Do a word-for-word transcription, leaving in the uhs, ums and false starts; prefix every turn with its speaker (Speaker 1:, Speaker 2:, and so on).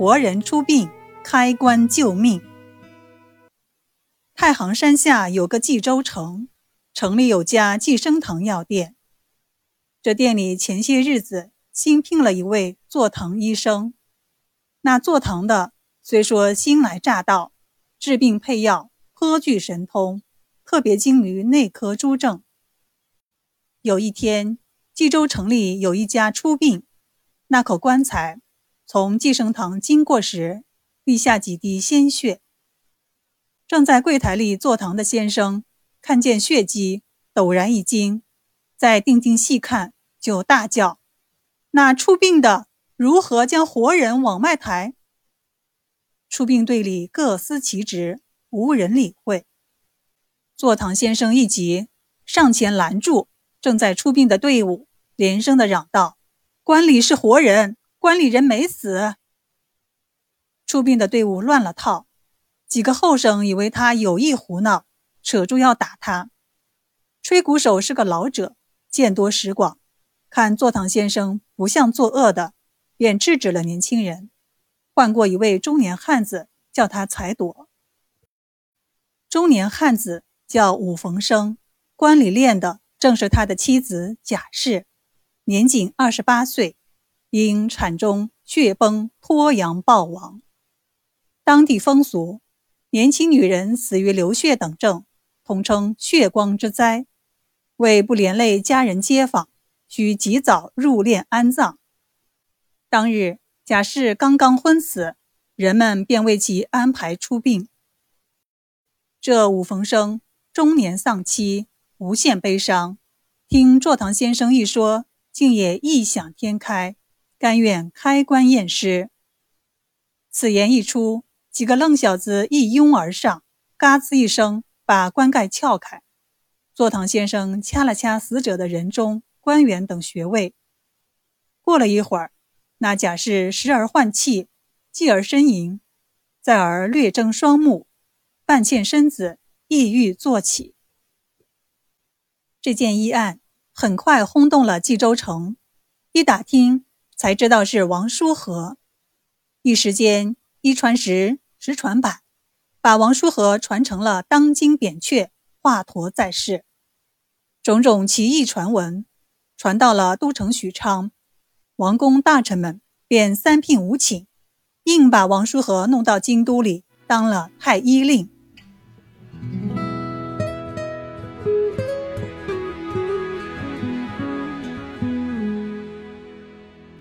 Speaker 1: 活人出殡，开棺救命。太行山下有个冀州城，城里有家济生堂药店。这店里前些日子新聘了一位坐堂医生。那坐堂的虽说新来乍到，治病配药颇具神通，特别精于内科诸症。有一天，冀州城里有一家出殡，那口棺材从济生堂经过时，滴下几滴鲜血。正在柜台里坐堂的先生看见血迹，陡然一惊，再定睛细看，就大叫：那出殡的如何将活人往外抬？出殡队里各司其职，无人理会。坐堂先生一急，上前拦住正在出殡的队伍，连声地嚷道：棺里是活人，棺里人没死。出殡的队伍乱了套，几个后生以为他有意胡闹，扯住要打他。吹鼓手是个老者，见多识广，看坐堂先生不像作恶的，便制止了年轻人，换过一位中年汉子，叫他才躲。中年汉子叫武逢生，官里练的正是他的妻子贾氏，年仅二十八岁，因产中血崩脱阳暴亡。当地风俗，年轻女人死于流血等症，统称血光之灾，为不连累家人街坊，需及早入殓安葬。当日贾氏刚刚昏死，人们便为其安排出殡。这武逢生中年丧妻，无限悲伤，听坐堂先生一说，竟也异想天开，甘愿开棺验尸。此言一出，几个愣小子一拥而上，嘎吱一声把棺盖撬开。坐堂先生掐了掐死者的人中、官员等穴位。过了一会儿，那贾氏时而换气，继而呻吟，再而略睁双目，半欠身子，抑郁坐起。这件医案很快轰动了冀州城，一打听才知道是王叔和。一时间一传十，十传百，把王叔和传成了当今扁鹊，华佗在世。种种奇异传闻传到了都城许昌，王公大臣们便三聘五请，硬把王叔和弄到京都里当了太医令。